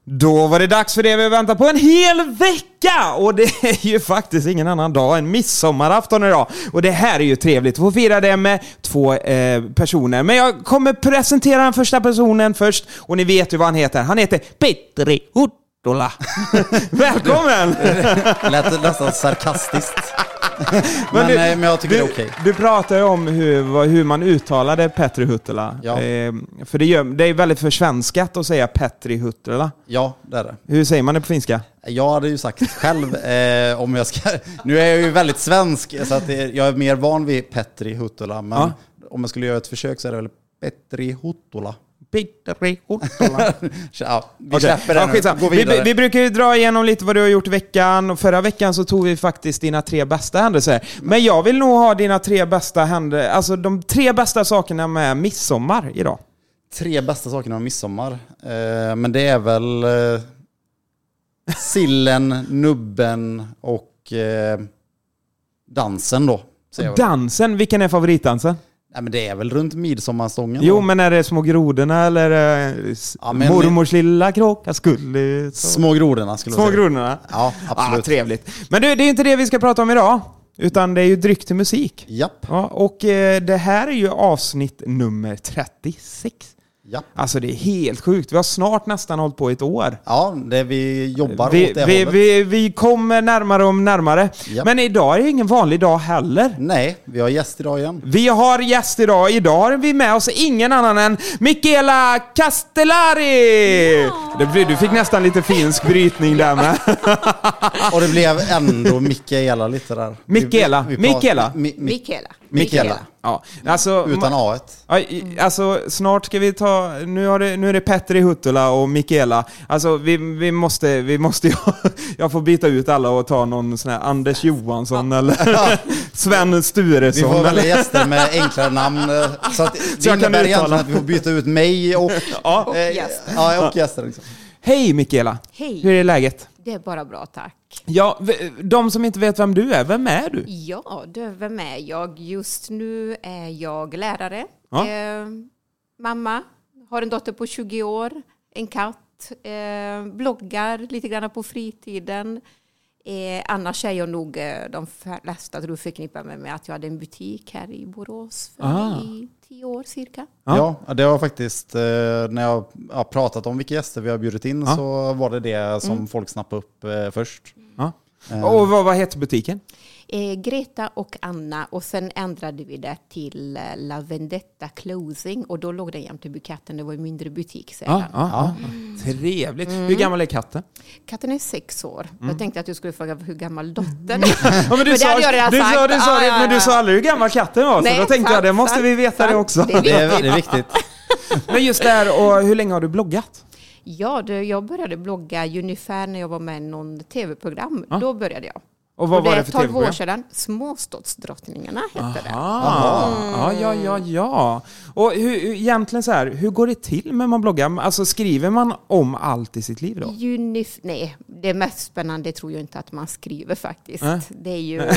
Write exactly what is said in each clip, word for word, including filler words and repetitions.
Då var det dags för det vi väntar på en hel vecka. Och det är ju faktiskt ingen annan dag än midsommarafton idag. Och det här är ju trevligt att få fira det med två eh, personer. Men jag kommer presentera den första personen först. Och ni vet ju vad han heter. Han heter Petri Huttola. Välkommen! Det lät nästan sarkastiskt. men, men, du, men jag tycker du, det är okej. Du pratar ju om hur, hur man uttalade Petri Huttola. Ja. Eh, för det, gör, det är väldigt försvenskat att säga Petri Huttola. Ja, det är det. Hur säger man det på finska? Jag hade ju sagt själv eh, om jag ska... Nu är jag ju väldigt svensk så att det, jag är mer van vid Petri Huttola. Men ja. Om jag skulle göra ett försök så är det väl Petri Huttola. Petri Huttola. Ja, vi okay. släpper den ja, och går vidare. Vi, vi brukar ju dra igenom lite vad du har gjort i veckan. Och förra veckan så tog vi faktiskt dina tre bästa händelser. Men jag vill nog ha dina tre bästa händelser. Alltså de tre bästa sakerna med midsommar idag. Tre bästa sakerna med midsommar. Eh, men det är väl eh, sillen, nubben och eh, dansen då. Dansen? Vilken är favoritdansen? Nej, men det är väl runt midsommarstången. Jo, då. Men är det små grodorna eller ja, men mormors lilla kråka skulle... Så... Små grodorna skulle små jag säga. grodorna? Ja, absolut. Ah, trevligt. Men du, det är inte det vi ska prata om idag. Utan det är ju dryck till musik. Japp. Ja, och eh, det här är ju avsnitt nummer trettiosex. Ja. Alltså det är helt sjukt. Vi har snart nästan hållit på ett år. Ja, det vi jobbar vi, åt det vi, hållet. Vi, vi kommer närmare och närmare. Ja. Men idag är det ingen vanlig dag heller. Nej, vi har gäst idag igen. Vi har gäst idag. Idag har vi med oss ingen annan än Michela Castellari. Ja. Det blir, du fick nästan lite finsk brytning där med. Och det blev ändå Michela lite där. Michela. Vi, vi, vi Michela. Mi, Michela. Michela. Ja, alltså, utan A-et. Alltså snart ska vi ta, nu, har det, nu är det Petri Huttola och Michela. Alltså vi, vi måste, vi måste jag får byta ut alla och ta någon sån här Anders Johansson ja. Eller Sven Sturesson. Vi får välja eller? gäster med enklare namn. Så att det så innebär egentligen att vi får byta ut mig och, ja. och eh, gäster. Ja, och gäster liksom. Hej Michela. Hej. Hur är läget? Det är bara bra, tack. Ja, de som inte vet vem du är, vem är du? Ja, du, vem är jag? Just nu är jag lärare. Ja. Eh, mamma, har en dotter på tjugo år, en katt, eh, bloggar lite grann på fritiden. Eh, annars är jag nog eh, de flesta tror förknippar mig med att jag hade en butik här i Borås för ah. i tio år cirka. Ja, ja det var faktiskt eh, när jag har pratat om vilka gäster vi har bjudit in ah. så var det det som mm. folk snappade upp eh, först. Ah. Eh. Och vad, vad heter butiken? Eh, Greta och Anna, och sen ändrade vi det till eh, La Vendetta Closing och då låg den jämte buketten. Det var en mindre butik sedan. Ah, ah, ah. Mm. Trevligt. Mm. Hur gammal är katten? Katten är sex år. Mm. Jag tänkte att du skulle fråga hur gammal dottern är. Ja, men du men sa, du sa, du sa, du sa ah, det, men du sa aldrig hur gammal katten var. Nej, så då tänkte sant, jag, det måste vi veta sant. Det också. Det är, det är, det är viktigt. Men just det här, och hur länge har du bloggat? Ja, det, jag började blogga ungefär när jag var med i någon tv-program. Ah. Då började jag. Och vad och det var det för tolv tv-program? år sedan. Småstadsdrottningarna hette det. Ah, mm. Ja, ja, ja, ja. Och hur, egentligen så här, hur går det till när man bloggar? Alltså skriver man om allt i sitt liv då? Unif- nej, det mest spännande tror jag inte att man skriver faktiskt. Äh? Det är ju...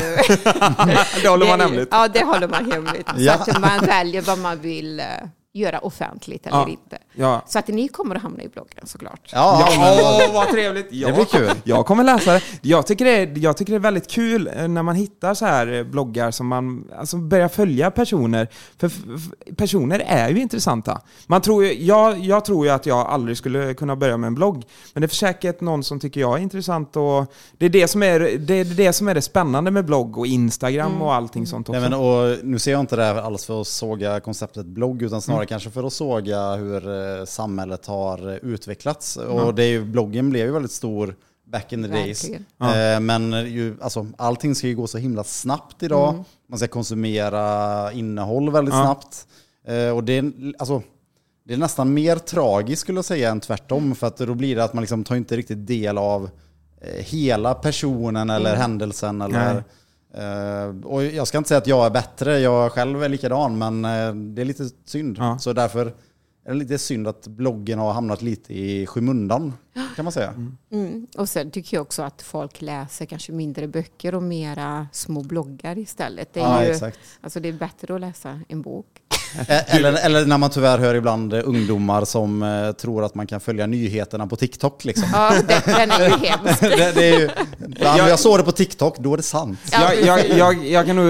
det håller man hemligt. Ja, det håller man hemligt. Ja. Så att man väljer vad man vill uh, göra offentligt eller ja. inte. Ja. Så att ni kommer att hamna i bloggen såklart. Ja, ja åh, vad trevligt. Ja. Det blir kul. Jag kommer läsa det. Jag tycker det, är, jag tycker det är väldigt kul när man hittar så här bloggar som man alltså börjar följa personer. För f- personer är ju intressanta. Man tror ju, jag, jag tror ju att jag aldrig skulle kunna börja med en blogg. Men det är för säkert någon som tycker jag är intressant. Och det är det som är det, är det, som är det spännande med blogg och Instagram mm. och allting sånt också. Nej, men, och nu ser jag inte det här alls för att såga konceptet blogg utan snarare mm. kanske för att såga hur samhället har utvecklats. Mm. Och det är ju, bloggen blev ju väldigt stor back in the days. Ja. Men ju, alltså, allting ska ju gå så himla snabbt idag. Mm. Man ska konsumera innehåll väldigt ja. snabbt. Och det är, alltså, det är nästan mer tragiskt skulle jag säga än tvärtom. För att då blir det att man liksom tar inte riktigt del av hela personen eller mm. händelsen. Eller, uh, och jag ska inte säga att jag är bättre. Jag själv är likadan, men uh, det är lite synd. Ja. Så därför är det lite synd att bloggen har hamnat lite i skymundan, kan man säga. Mm. Mm. Och sen tycker jag också att folk läser kanske mindre böcker och mera små bloggar istället. Det är ja, ju, exakt. alltså det är bättre att läsa en bok. eller, eller när man tyvärr hör ibland ungdomar som uh, tror att man kan följa nyheterna på TikTok. Liksom. Ja, det, den är ju hemsk. det, det är ju, jag, jag såg det på TikTok, då är det sant. Jag, jag, jag, jag kan nog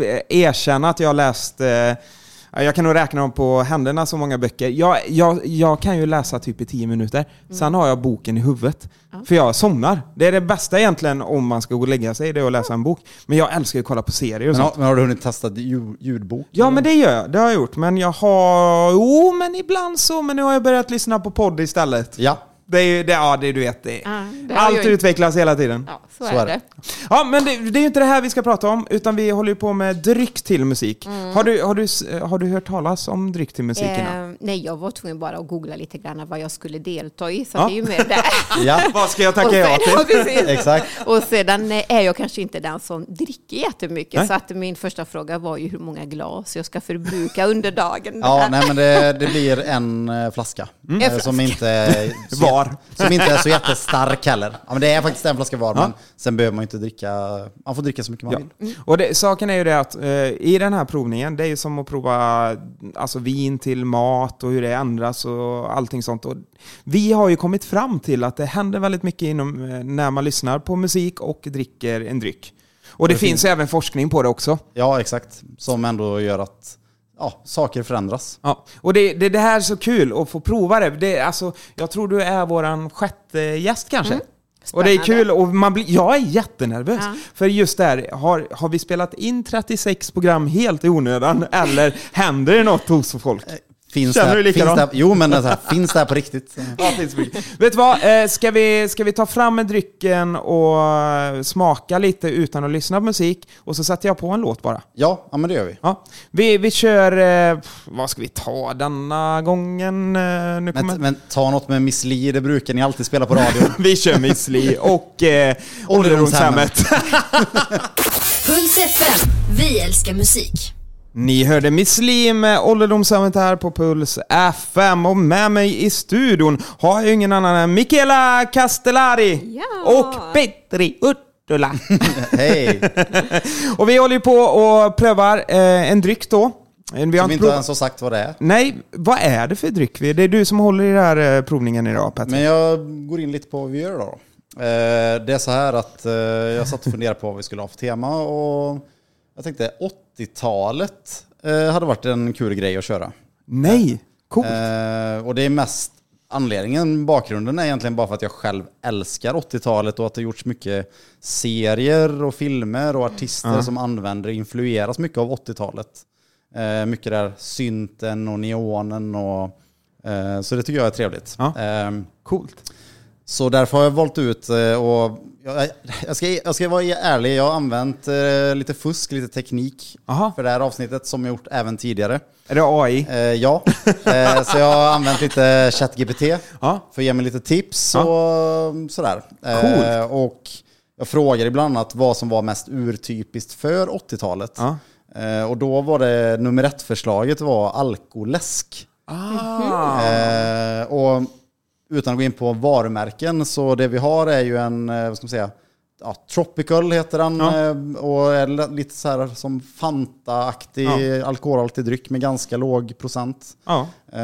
erkänna att jag har läst... Uh, Jag kan nog räkna dem på händerna så många böcker. Jag, jag, jag kan ju läsa typ i tio minuter. Mm. Sen har jag boken i huvudet. Ja. För jag somnar. Det är det bästa egentligen om man ska gå och lägga sig. Det är att läsa en bok. Men jag älskar att kolla på serier och men, sånt. Men har du hunnit testa ljudbok? Ja, eller? Men det gör jag. Det har jag gjort. Men jag har... Jo, men ibland så. Men nu har jag börjat lyssna på podd istället. Ja. Det är ju det, ja, det du vet. Det. Ja, det allt ju... utvecklas hela tiden. Ja, så, så är det. Ja, men det, det är ju inte det här vi ska prata om, utan vi håller ju på med dryck till musik. Mm. Har, du, har, du, har du hört talas om dryck till musik innan? Eh, nej, jag var tvungen bara att googla lite grann vad jag skulle delta i, så ja. Det är ju mer där. Ja, vad ska jag tacka ja till? Exakt. Och sedan är jag kanske inte den som dricker jättemycket, nej. Så att min första fråga var ju hur många glas jag ska förbruka under dagen. Ja, nej, men det, det blir en flaska. Mm. Eh, som inte var. Som inte är så jättestark heller. Ja, men det är faktiskt en flaska var, ja. Men sen behöver man inte dricka, man får dricka så mycket man ja. vill. Mm. Och det, saken är ju det att uh, i den här provningen, det är ju som att prova alltså, vin till mat och hur det ändras och allting sånt. Och vi har ju kommit fram till att det händer väldigt mycket inom, uh, när man lyssnar på musik och dricker en dryck. Och det, det finns, finns även forskning på det också. Ja, exakt. Som ändå gör att ja, saker förändras. Ja, och det, det, det här är så kul att få prova det. det alltså, jag tror du är våran sjätte gäst kanske. Mm. Och det är kul och man blir, jag är jättenervös. Ja. För just där, har, har vi spelat in trettiosex program helt i onödan eller händer det något hos folk? Finns det, finns det, jo, men det här, finns det här på riktigt? Ja, finns det. Vet du vad? Ska vi, ska vi ta fram en drycken och smaka lite utan att lyssna på musik? Och så sätter jag på en låt bara. Ja, ja men det gör vi. Ja. Vi, vi kör... Vad ska vi ta denna gången? Nu kommer... men, men ta något med Miss Li, det brukar ni alltid spela på radio. Vi kör Miss Li och eh, ålderdomshemmet. Puls F M, vi älskar musik. Ni hörde Miss Li med ålderdomshemmet här på Puls F M och med mig i studion har jag ingen annan än Michaela Castellari ja. och Petri Uttula. Hej! Och vi håller ju på och prövar eh, en dryck då. Vi har som inte prov... ens har sagt vad det är. Nej, vad är det för dryck? Det är du som håller i den här eh, provningen idag, Petri. Men jag går in lite på vad vi gör då. Eh, det är så här att eh, jag satt och funderade på vad vi skulle ha för tema och jag tänkte åttiotalet eh, hade varit en kul grej att köra. Nej, coolt. Eh, och det är mest anledningen, bakgrunden är egentligen bara för att jag själv älskar åttiotalet och att det har gjorts mycket serier och filmer och artister mm. som använder och influeras mycket av åttiotalet. Eh, mycket där synten och neonen och eh, så det tycker jag är trevligt. Ja. Eh, coolt. Så därför har jag valt ut och jag, jag, ska, jag ska vara ärlig, jag har använt eh, lite fusk, lite teknik Aha. för det här avsnittet som jag gjort även tidigare. Är det A I? Eh, ja, eh, så jag har använt lite ChatGPT ja. för att ge mig lite tips ja. och sådär. Eh, och jag frågade ibland annat vad som var mest urtypiskt för åttiotalet. Ja. Eh, och då var det nummer ett förslaget var alkoläsk. Ah. Eh, och utan att gå in på varumärken så det vi har är ju en, vad ska man säga, ja, Tropical heter den ja. och är lite så här som Fanta-aktig ja. alkoholhaltig dryck med ganska låg procent. Ja.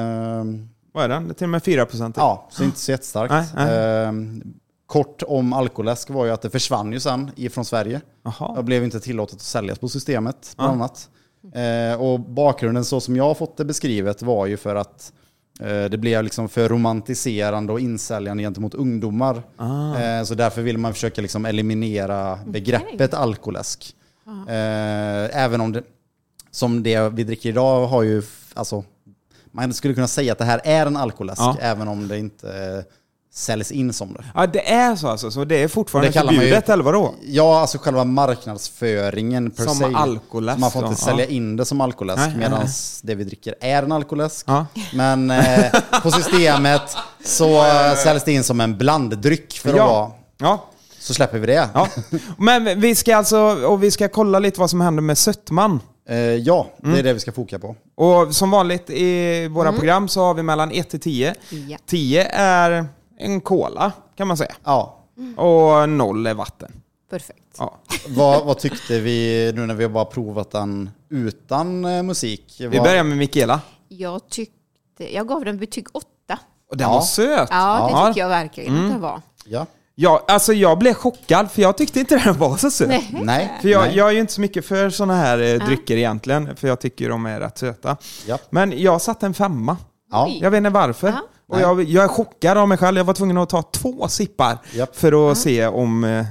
Um, vad är den? Det är till och med fyra procent. Ja, så inte så jättestarkt. Nej, nej. Um, kort om alkoläsk var ju att det försvann ju sen ifrån Sverige. Aha. Det blev inte tillåtet att säljas på systemet bland ja. annat. Uh, och bakgrunden så som jag har fått det beskrivet var ju för att det blev liksom för romantiserande och insäljande gentemot ungdomar. Ah. Så därför vill man försöka liksom eliminera begreppet okay. alkoläsk. Ah. Även om det, som det vi dricker idag har ju, alltså, man skulle kunna säga att det här är en alkoläsk, ah. även om det inte säljs in som det. Ja, det är så alltså. Så det är fortfarande det förbjudet, ju, eller vadå? Ja, alltså själva marknadsföringen per som se. alkoläsk. Man får inte då. sälja ja. in det som alkoläsk medan nej. det vi dricker är en alkoläsk. Ja. Men eh, på systemet så säljs det in som en blanddryck för att ja. vara... Ja. Så släpper vi det. Ja. Men vi ska alltså, och vi ska kolla lite vad som händer med sötman. Eh, ja, det är mm. det vi ska foka på. Och som vanligt i våra mm. program så har vi mellan ett till tio. Ja. tio är en cola, kan man säga. Ja. Och noll är vatten. perfekt. Ja. vad, vad tyckte vi nu när vi har bara provat den utan eh, musik? Vi börjar med Mikaela. Jag tyckte, jag gav den betyg åtta. Och den Ja. var söt. Ja, det Ja. tycker jag verkligen Mm. att den var. Ja. Ja, alltså jag blev chockad för jag tyckte inte den var så söt. Nej. Nej. För jag, Nej. jag är ju inte så mycket för såna här eh, drycker egentligen, för jag tycker de är rätt söta. Ja. Men jag satte en femma. Ja. Oj. Jag vet inte varför. Ja. Och jag, jag är chockad av mig själv. Jag var tvungen att ta två sippar Japp. för att se om... eh,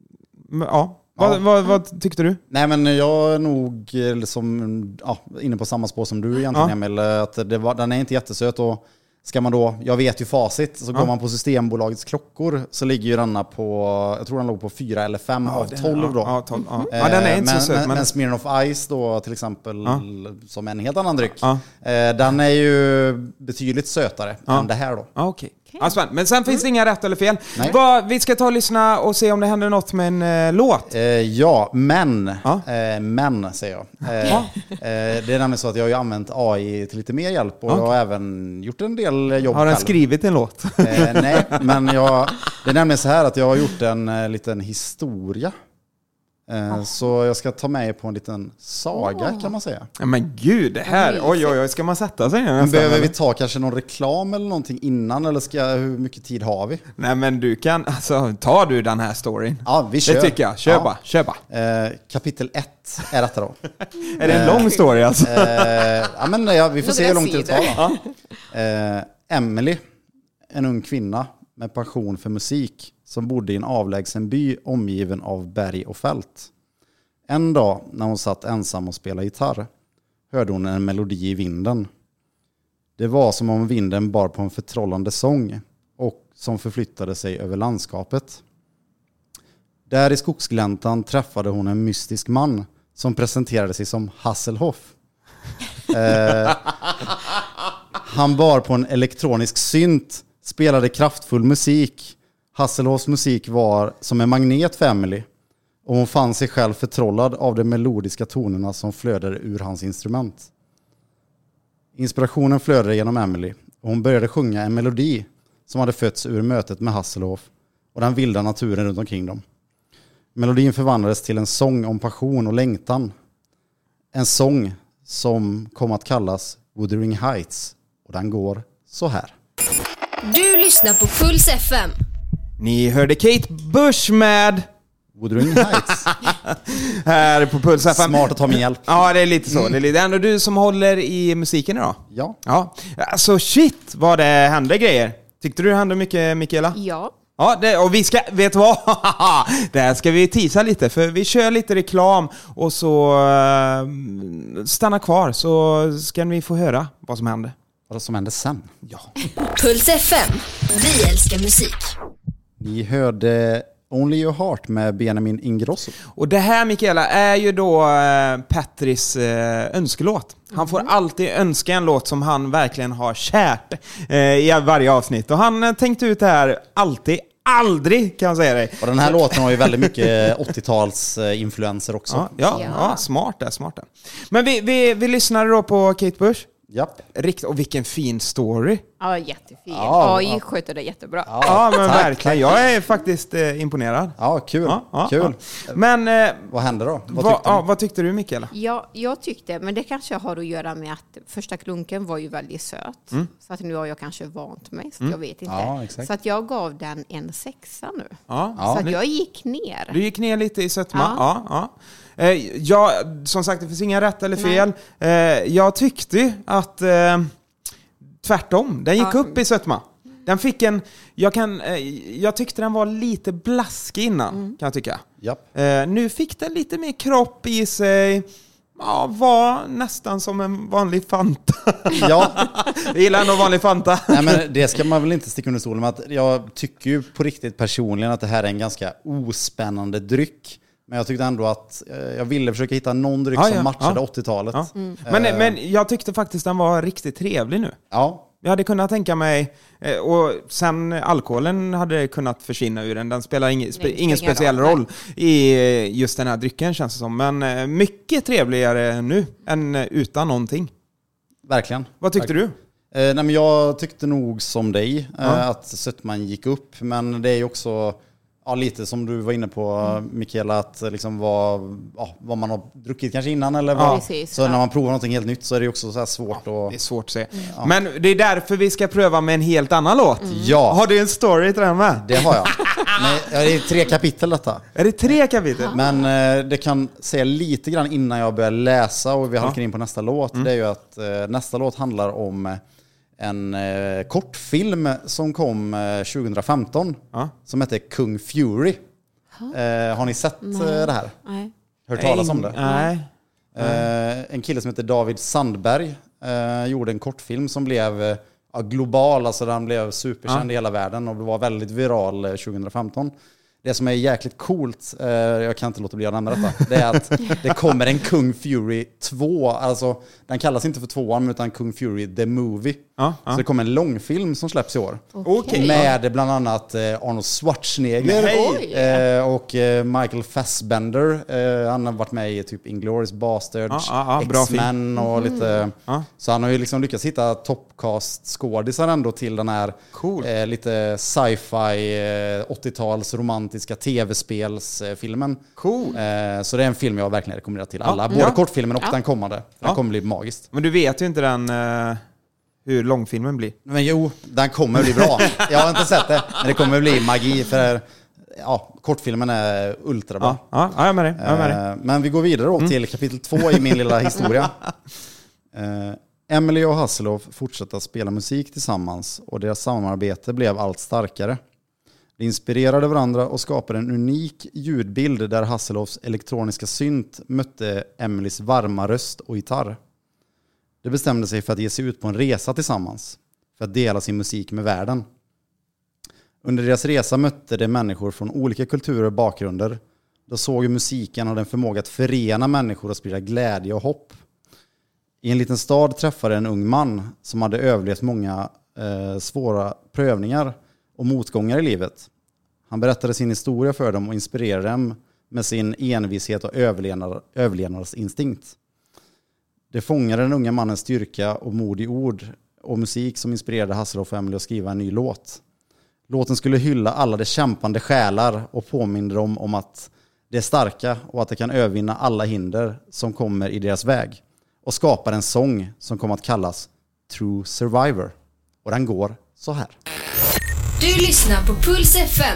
Ja. Vad, Ja. vad, vad tyckte du? Nej, men jag är nog eh, liksom, ja, inne på samma spår som du egentligen, Ja. Emil. Att det var, den är inte jättesöt och ska man då, jag vet ju facit, så Ja. går man på Systembolagets klockor så ligger ju denna på, jag tror den låg på fyra eller fem av den- tolv då. Ja, ja, tolv, ja. Eh, ja, den är inte men, så söt. Men, Men, men Smirnoff Ice då till exempel, Ja. som en helt annan dryck, ja, eh, den är ju betydligt sötare Ja. än det här då. ja, okej. Okej. Ja, spännande. Men sen finns det inga rätt eller fel. Nej. Vad, vi ska ta och lyssna och se om det händer något med en eh, låt. Eh, ja, men, Ja. eh, men säger jag. Eh, Ja. eh, det är nämligen så att jag har ju använt A I till lite mer hjälp och Ja. jag har även gjort en del jobb Har den själv. skrivit en låt? Eh, nej, men jag, det är nämligen så här att jag har gjort en eh, liten historia. Eh, så jag ska ta med er på en liten saga kan man säga. Ja, men gud, det här... Oj, oj, oj. Ska man sätta sig ner Men nästan, behöver vi eller? ta kanske någon reklam eller någonting innan eller ska, hur mycket tid har vi? Nej, men du kan... Alltså, tar du den här storyn? Ja, vi kör. Det tycker jag. Kör Ja. bara. Kör bara. Eh, kapitel ett är detta då. Är det en lång story alltså? Eh, ja, men ja, vi får se hur Några lång tid det tar. sidor. då. Eh, Emily, en ung kvinna med passion för musik som bodde i en avlägsen by omgiven av berg och fält. En dag när hon satt ensam och spelade gitarr hörde hon en melodi i vinden. Det var som om vinden bar på en förtrollande sång och som förflyttade sig över landskapet. Där i skogsgläntan träffade hon en mystisk man som presenterade sig som Hasselhoff. Eh, han bar på en elektronisk synt, spelade kraftfull musik. Hasselhoffs musik var som en magnet för Emily och hon fann sig själv förtrollad av de melodiska tonerna som flödade ur hans instrument. Inspirationen flödade genom Emily och hon började sjunga en melodi som hade fötts ur mötet med Hasselhoff och den vilda naturen runt omkring dem. Melodin förvandlades till en sång om passion och längtan. En sång som kom att kallas Wuthering Heights och den går så här. Du lyssnar på Puls F M. Ni hörde Kate Bush med... Wuthering Heights. Här på Puls F M. Smart att ta min hjälp. Ja, det är lite så. Det är lite ändå du som håller i musiken idag. Ja. Ja. Alltså shit vad det händer grejer. Tyckte du det hände mycket, Mikaela? Ja. Ja, det, och vi ska, vet du vad? Det här ska vi tisa lite, för vi kör lite reklam och så uh, stanna kvar så ska ni få höra vad som händer. Vad som hände sen? Ja. Puls F M. Vi älskar musik. Ni hörde Only Your Heart med Benjamin Ingrosso. Och det här, Mikaela, är ju då uh, Petris uh, önskelåt. Han får alltid önska en låt som han verkligen har kärt uh, i varje avsnitt. Och han uh, tänkte ut det här alltid, aldrig kan jag säga dig. Och den här låten har ju väldigt mycket åttio-tals influenser också. Ja, ja, Ja. ja, smart det, smart det. Men vi, vi, vi lyssnade då på Kate Bush. Japp. Rikt, och vilken fin story. Ja, jättefin. Ja, A I ja. sköter det jättebra. Ja, Ja, men tack, verkligen. Jag är faktiskt eh, imponerad. Ja, kul. Ja, ja, kul. ja. Men eh, Vad hände då? Vad vad, tyckte ja, ni? vad tyckte du, Mikaela? Ja, jag tyckte, men det kanske har att göra med att första klunken var ju väldigt söt. Mm. Så att nu har jag kanske vant mig, så att jag vet inte. Ja, exakt. Så att jag gav den en sexa nu. Ja, Ja. Så att jag gick ner. Du gick ner lite i sötma. Ja. Ja, ja. Eh, ja, som sagt, det finns inga rätt eller Nej. fel. Eh, jag tyckte ju att eh, tvärtom, den gick Ja. upp i sötma. Den fick en, jag, kan, eh, jag tyckte den var lite blaskig innan, Mm. kan jag tycka. Japp. Eh, nu fick den lite mer kropp i sig. Ja, var nästan som en vanlig Fanta. Ja, Jag gillar ändå vanlig Fanta. nej, men det ska man väl inte sticka under stolen med. Att jag tycker ju på riktigt personligen att det här är en ganska ospännande dryck. Men jag tyckte ändå att eh, jag ville försöka hitta någon dryck Ja, som ja, matchade ja. åttio-talet. Ja. Mm. Men, Eh, men jag tyckte faktiskt den var riktigt trevlig nu. Ja, Jag hade kunnat tänka mig, eh, och sen alkoholen hade kunnat försvinna ur den. Den spelar ing, spe, Nej, det ingen spelar speciell ingen roll. roll i eh, just den här drycken, känns det som. Men eh, mycket trevligare nu än eh, utan någonting. verkligen. Vad tyckte du? Eh, nej, men jag tyckte nog som dig eh, Ja. att sötman gick upp. Men det är ju också Ja, lite som du var inne på, mm. Mikaela, att liksom vad, ja, vad man har druckit kanske innan eller vad. Ja, precis, så ja. när man provar någonting helt nytt så är det också så här svårt ja, att... Det är svårt att se. Mm. Ja. Men det är därför vi ska pröva med en helt annan låt. Mm. Ja. Har du en story till den med? Det har jag. Men, det är tre kapitel detta. Är det tre kapitel? Men eh, det kan säga lite grann innan jag börjar läsa och vi halkar ja. in på nästa låt. Mm. Det är ju att eh, nästa låt handlar om en eh, kortfilm som kom eh, tjugohundrafemton ja. som heter Kung Fury. Eh, har ni sett eh, det här? Nej. Hört talas om det? Nej. Eh, en kille som heter David Sandberg eh, gjorde en kortfilm som blev eh, global, alltså den blev superkänd ja. i hela världen och var väldigt viral eh, tjugohundrafemton. Det som är jäkligt coolt, eh, jag kan inte låta bli att nämna detta, det är att det kommer en Kung Fury två, alltså den kallas inte för tvåan utan Kung Fury The Movie. Ja, ja. Så det kommer en långfilm som släpps i år. Okay. Med bland annat eh, Arnold Schwarzenegger eh, och eh, Michael Fassbender. Eh, han har varit med i typ Inglourious Basterds, ja, ja, X-Men och mm. lite... Ja. Så han har ju liksom lyckats hitta topcast-skådisar ändå till den här cool. eh, lite sci-fi eh, åttio-tals romantiska tv-spelsfilmen. Cool. Eh, så det är en film jag verkligen rekommenderar till alla. Ja. Både ja. kortfilmen och ja. den kommande. Den ja. kommer bli magiskt. Men du vet ju inte den... Uh... hur långfilmen blir. Men jo, den kommer bli bra. Jag har inte sett det, men det kommer bli magi för ja, kortfilmen är ultra bra. Ja, ja, jag är med dig. Jag är med dig. Men vi går vidare då till mm. kapitel två i min lilla historia. Emily och Hasselhoff fortsatte att spela musik tillsammans och deras samarbete blev allt starkare. De inspirerade varandra och skapade en unik ljudbild där Hasselhoffs elektroniska synt mötte Emilys varma röst och gitarr. De bestämde sig för att ge sig ut på en resa tillsammans för att dela sin musik med världen. Under deras resa mötte de människor från olika kulturer och bakgrunder. De såg hur musiken hade en förmåga att förena människor och sprida glädje och hopp. I en liten stad träffade en ung man som hade överlevt många eh, svåra prövningar och motgångar i livet. Han berättade sin historia för dem och inspirerade dem med sin envishet och överlevnad, överlevnadsinstinkt. Det fångade den unga mannens styrka och mod i ord och musik som inspirerade Hasselhoff och Emily att skriva en ny låt. Låten skulle hylla alla de kämpande själar och påminner dem om att det är starka och att det kan övervinna alla hinder som kommer i deras väg. Och skapar en sång som kommer att kallas True Survivor. Och den går så här. Du lyssnar på Puls F M.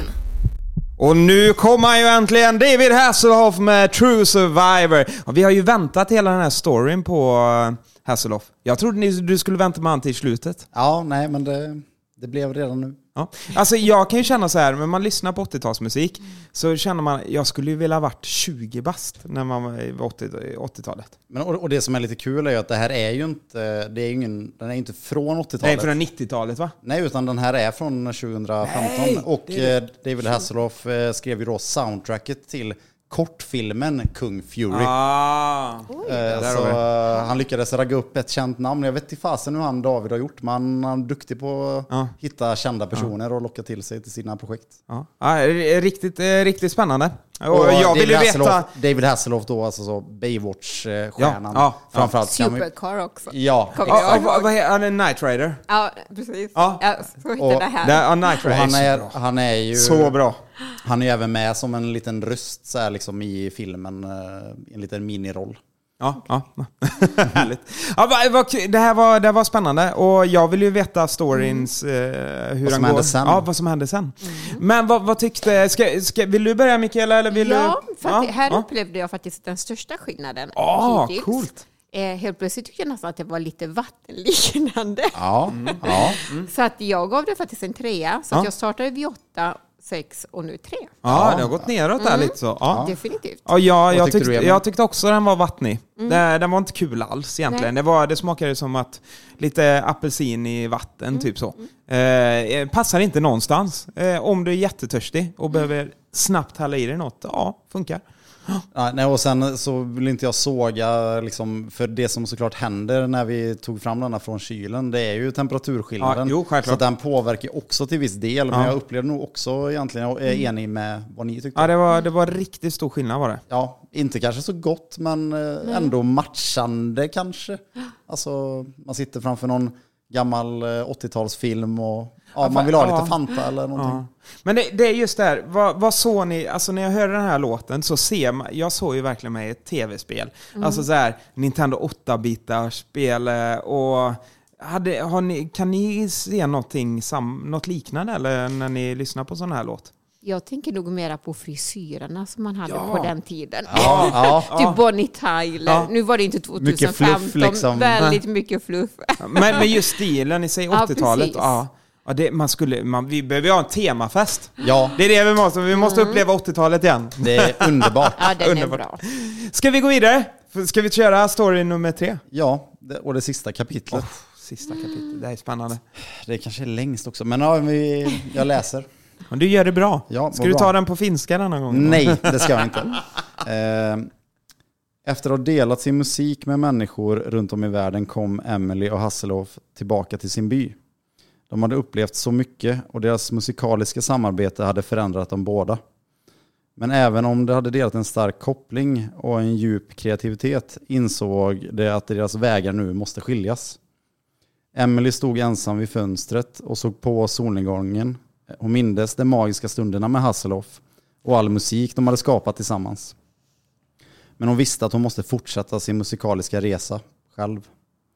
Och nu kommer ju äntligen David Hasselhoff med True Survivor. Och vi har ju väntat hela den här storyn på Hasselhoff. Jag trodde ni, du skulle vänta med han till slutet. Ja, nej, men det, det blev redan nu. Ja. Alltså jag kan ju känna så här, när man lyssnar på åttiotalsmusik så känner man, jag skulle ju vilja ha varit tjugo bast när man var i åttiotalet. Men, och, och det som är lite kul är ju att det här är ju inte, det är ingen, den är inte från åttiotalet. Nej, från nittiotalet va? Nej, utan den här är från tjugohundrafemton. Nej, och det... David Hasselhoff skrev ju då soundtracket till kortfilmen Kung Fury. Ah. Eh, så han lyckades ragga upp ett känt namn. Jag vet inte fasen hur han David har gjort, men han är duktig på att ah. hitta kända personer ah. och locka till sig till sina projekt. Ja, ah. ah, riktigt, riktigt spännande. Och, och jag vill ju veta... David Hasselhoff då, alltså så Baywatch-stjärnan. Ja, ja, framförallt. Supercar också. Ja. ja vad, vad är han? En Knight Rider? Ja, precis. Ja. Ja, så heter och, det här. Det är, Knight Rider. Han är, han är ju... Så bra. Han är även med som en liten röst så här, liksom, i filmen. En liten miniroll. Ja, ja. Härligt. Ja, vad, vad, det, här var, det här var spännande. Och jag vill ju veta storyns mm. eh, hur vad den går. Sen. Ja, vad som hände sen. Mm. Men vad, vad tyckte... Ska, ska, vill du börja, Mikaela? Eller vill ja, du? För ja, här ja. upplevde jag faktiskt den största skillnaden. Ja, oh, coolt. Eh, helt plötsligt tyckte jag nästan att det var lite vattenliknande. Ja, mm. ja. Mm. Så att jag gav det faktiskt en trea. Så ja. att jag startade vid åtta, sex och nu tre. Ja, det har gått neråt där mm. lite så. Ja. Definitivt. Ja, jag, jag, tyckte, jag tyckte också den var vattnig. Mm. Det, den var inte kul alls egentligen. Det, var, det smakade som att lite apelsin i vatten, mm. typ så. Eh, passar inte någonstans. Eh, om du är jättetörstig och mm. behöver snabbt hälla i dig något, ja, funkar. Ja, nej, och sen så vill inte jag såga liksom, för det som såklart händer när vi tog fram den här från kylen, det är ju temperaturskillnaden. Ja, jo, så att den påverkar också till viss del, ja. men jag upplevde nog också egentligen, jag är enig med vad ni tyckte. Ja, det var, det var riktigt stor skillnad var det. Ja, inte kanske så gott, men mm. ändå matchande kanske. Alltså, man sitter framför någon gammal åttiotalsfilm och ja, man vill ha lite ja. Fanta eller någonting. Ja. Men det, det är just där, vad, vad såg ni, alltså när jag hörde den här låten så ser man, jag såg ju verkligen med ett tv-spel. Mm. Alltså så här, Nintendo åtta-bitars spel och hade, har ni, kan ni se någonting, sam, något liknande eller när ni lyssnar på sån här låt? Jag tänker nog mera på frisyrerna som man hade ja. På den tiden. Ja, ja. Typ Bonnie Tyler. Ja. Nu var det inte tjugohundrafemton. Mycket fluff, liksom. Väldigt ja. Mycket fluff. Men, men just stilen, ni säger åttiotalet. Ja, ja, det, man skulle, man, vi behöver ha en temafest. Ja. Det är det vi måste. Vi måste mm. uppleva åttiotalet igen. Det är underbart. Ja, den underbart. Är bra. Ska vi gå vidare? Ska vi köra story nummer tre? Ja, och det sista kapitlet. Oh, sista kapitlet, det är spännande. Det kanske är längst också, men ja, vi, jag läser. Du gör det bra. Ja, ska du ta bra. Den på finska denna gång? Nej, det ska jag inte. Efter att ha delat sin musik med människor runt om i världen kom Emily och Hasselhoff tillbaka till sin by. De hade upplevt så mycket och deras musikaliska samarbete hade förändrat dem båda. Men även om de hade delat en stark koppling och en djup kreativitet insåg de att deras vägar nu måste skiljas. Emily stod ensam vid fönstret och såg på solnedgången. Hon mindes de magiska stunderna med Hasselhoff och all musik de hade skapat tillsammans. Men hon visste att hon måste fortsätta sin musikaliska resa själv.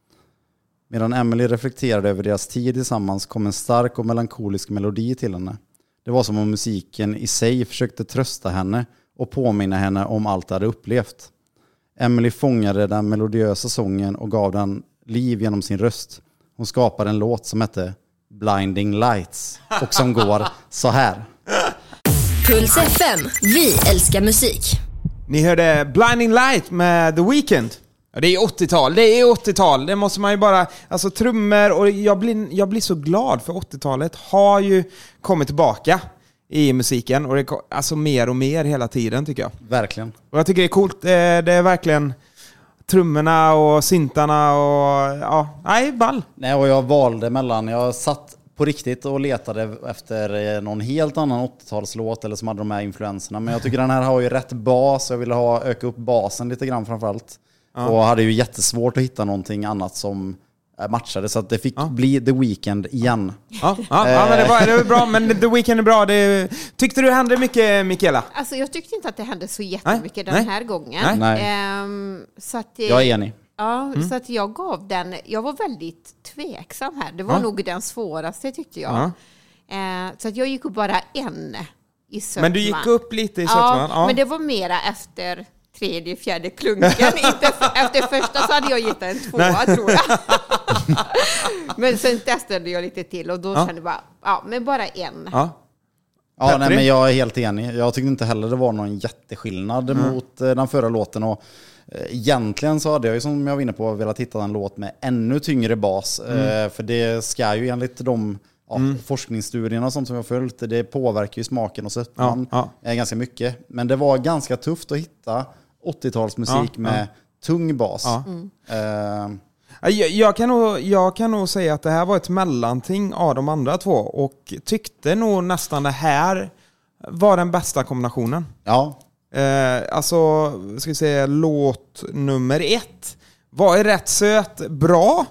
Medan Emily reflekterade över deras tid tillsammans kom en stark och melankolisk melodi till henne. Det var som om musiken i sig försökte trösta henne och påminna henne om allt de hade upplevt. Emily fångade den melodiösa sången och gav den liv genom sin röst. Hon skapade en låt som hette Blinding Lights och som går så här. Puls F M, vi älskar musik. Ni hörde Blinding Light med The Weeknd. Det är åttiotal, det är åttiotal. Det måste man ju bara, alltså trummor och jag blir, jag blir så glad för åttiotalet har ju kommit tillbaka i musiken och det, alltså mer och mer hela tiden tycker jag. Verkligen. Och jag tycker det är coolt, det är, det är verkligen trummorna och syntarna och ja, nej, ball. Nej, och jag valde mellan, jag satt på riktigt och letade efter någon helt annan åttiotalslåt eller som hade de här influenserna. Men jag tycker den här har ju rätt bas, jag ville ha, öka upp basen lite grann framförallt. Ja. Och hade ju jättesvårt att hitta någonting annat som matchade så att det fick ja. Bli The Weeknd igen. Ja, ja, ja men det var, det var bra, men The Weeknd är bra. Det, tyckte du hände mycket, Mikaela? Alltså jag tyckte inte att det hände så jättemycket Nej. Den här gången. Nej. Nej. Um, så att det, jag är enig. Ja, mm. så att jag gav den, jag var väldigt tveksam här. Det var ja. Nog den svåraste tyckte jag. Ja. Uh, så att jag gick upp bara en i sötman. Men du gick upp lite i sötman? Ja, ja, men det var mera efter tredje, fjärde klunken. Inte för, efter första så hade jag gett en tvåa, tror jag. Men sen testade jag lite till och då ja. Kände jag bara, ja, men bara en. Ja, ja nej, men jag är helt enig. Jag tyckte inte heller det var någon jätteskillnad mm. mot eh, den förra låten. Och eh, egentligen så hade jag ju, som jag var inne på, velat hitta en låt med ännu tyngre bas. Mm. Eh, för det ska ju enligt de ja, mm. forskningsstudierna och sånt som jag har följt, det påverkar ju smaken och sötman ja, ja. ganska mycket. Men det var ganska tufft att hitta åttiotalsmusik ja, med ja. Tung bas. Ja. Mm. Uh, jag, jag, kan nog, jag kan nog säga att det här var ett mellanting av de andra två och tyckte nog nästan det här var den bästa kombinationen. Ja. Uh, alltså, ska vi säga låt nummer ett var rätt söt, bra.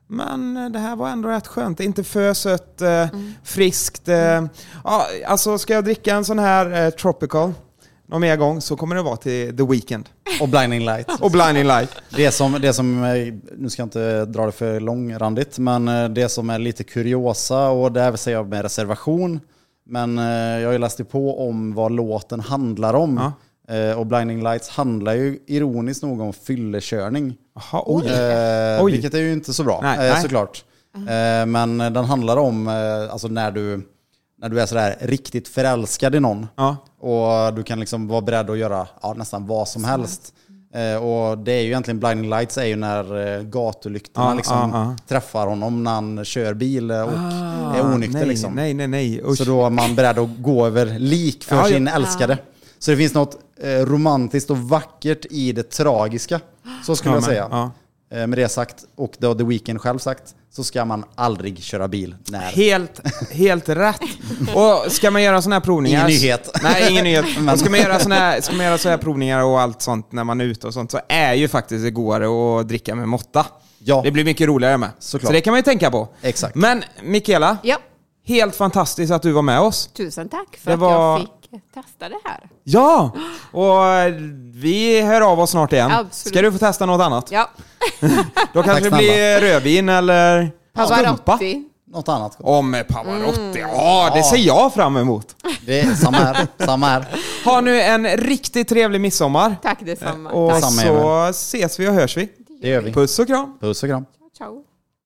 Men det här var ändå rätt skönt. Inte för sött, uh, mm. friskt. Uh, mm. ja, alltså, ska jag dricka en sån här uh, Tropical någon mer gång så kommer det vara till The Weeknd. Och Blinding Light. Och Blinding Light. Det som, det som, nu ska jag inte dra det för långrandigt, men det som är lite kuriosa, och det här säger jag med reservation, men jag har ju läst på om vad låten handlar om. Ja. Och Blinding Lights handlar ju ironiskt nog om fyllekörning. Aha, oj. Eh, oj. Vilket är ju inte så bra, nej, eh, nej. såklart. Mm. Eh, men den handlar om eh, alltså när du När du är sådär riktigt förälskad i någon. Ja. Och du kan liksom vara beredd att göra ja, nästan vad som helst. Eh, och det är ju egentligen Blinding Lights är ju när eh, gatulyktorna ja, liksom ja, ja. träffar honom när han kör bil och ah, är onykter. Nej, liksom. nej, nej, nej. Usch. Så då är man beredd att gå över lik för ja, sin ja. älskade. Så det finns något eh, romantiskt och vackert i det tragiska. Så skulle ja, jag säga. Ja. Eh, med det sagt, och då The Weeknd själv sagt, så ska man aldrig köra bil. När. Helt, helt rätt. Och ska man göra såna här provningar... Ingen nyhet. Nej, ingen nyhet. Men ska man göra såna här, ska man göra såna här provningar och allt sånt när man är ute och sånt, så är ju faktiskt det godare att dricka med måtta. Ja. Det blir mycket roligare med. Såklart. Så det kan man ju tänka på. Exakt. Men Mikaela, ja. helt fantastiskt att du var med oss. Tusen tack för det att var... jag fick testa det här. Ja, och vi hör av oss snart igen. Absolut. Ska du få testa något annat? Ja. Då kanske det blir rödvin eller skumpa. Något annat. Om Pavarotti. Mm. Ja, det ser jag fram emot. Det är samma här. Samma här. Ha nu en riktigt trevlig midsommar. Tack detsamma. Och Tack. så ses vi och hörs vi. Det gör vi. Puss och kram. Puss och kram. Ciao.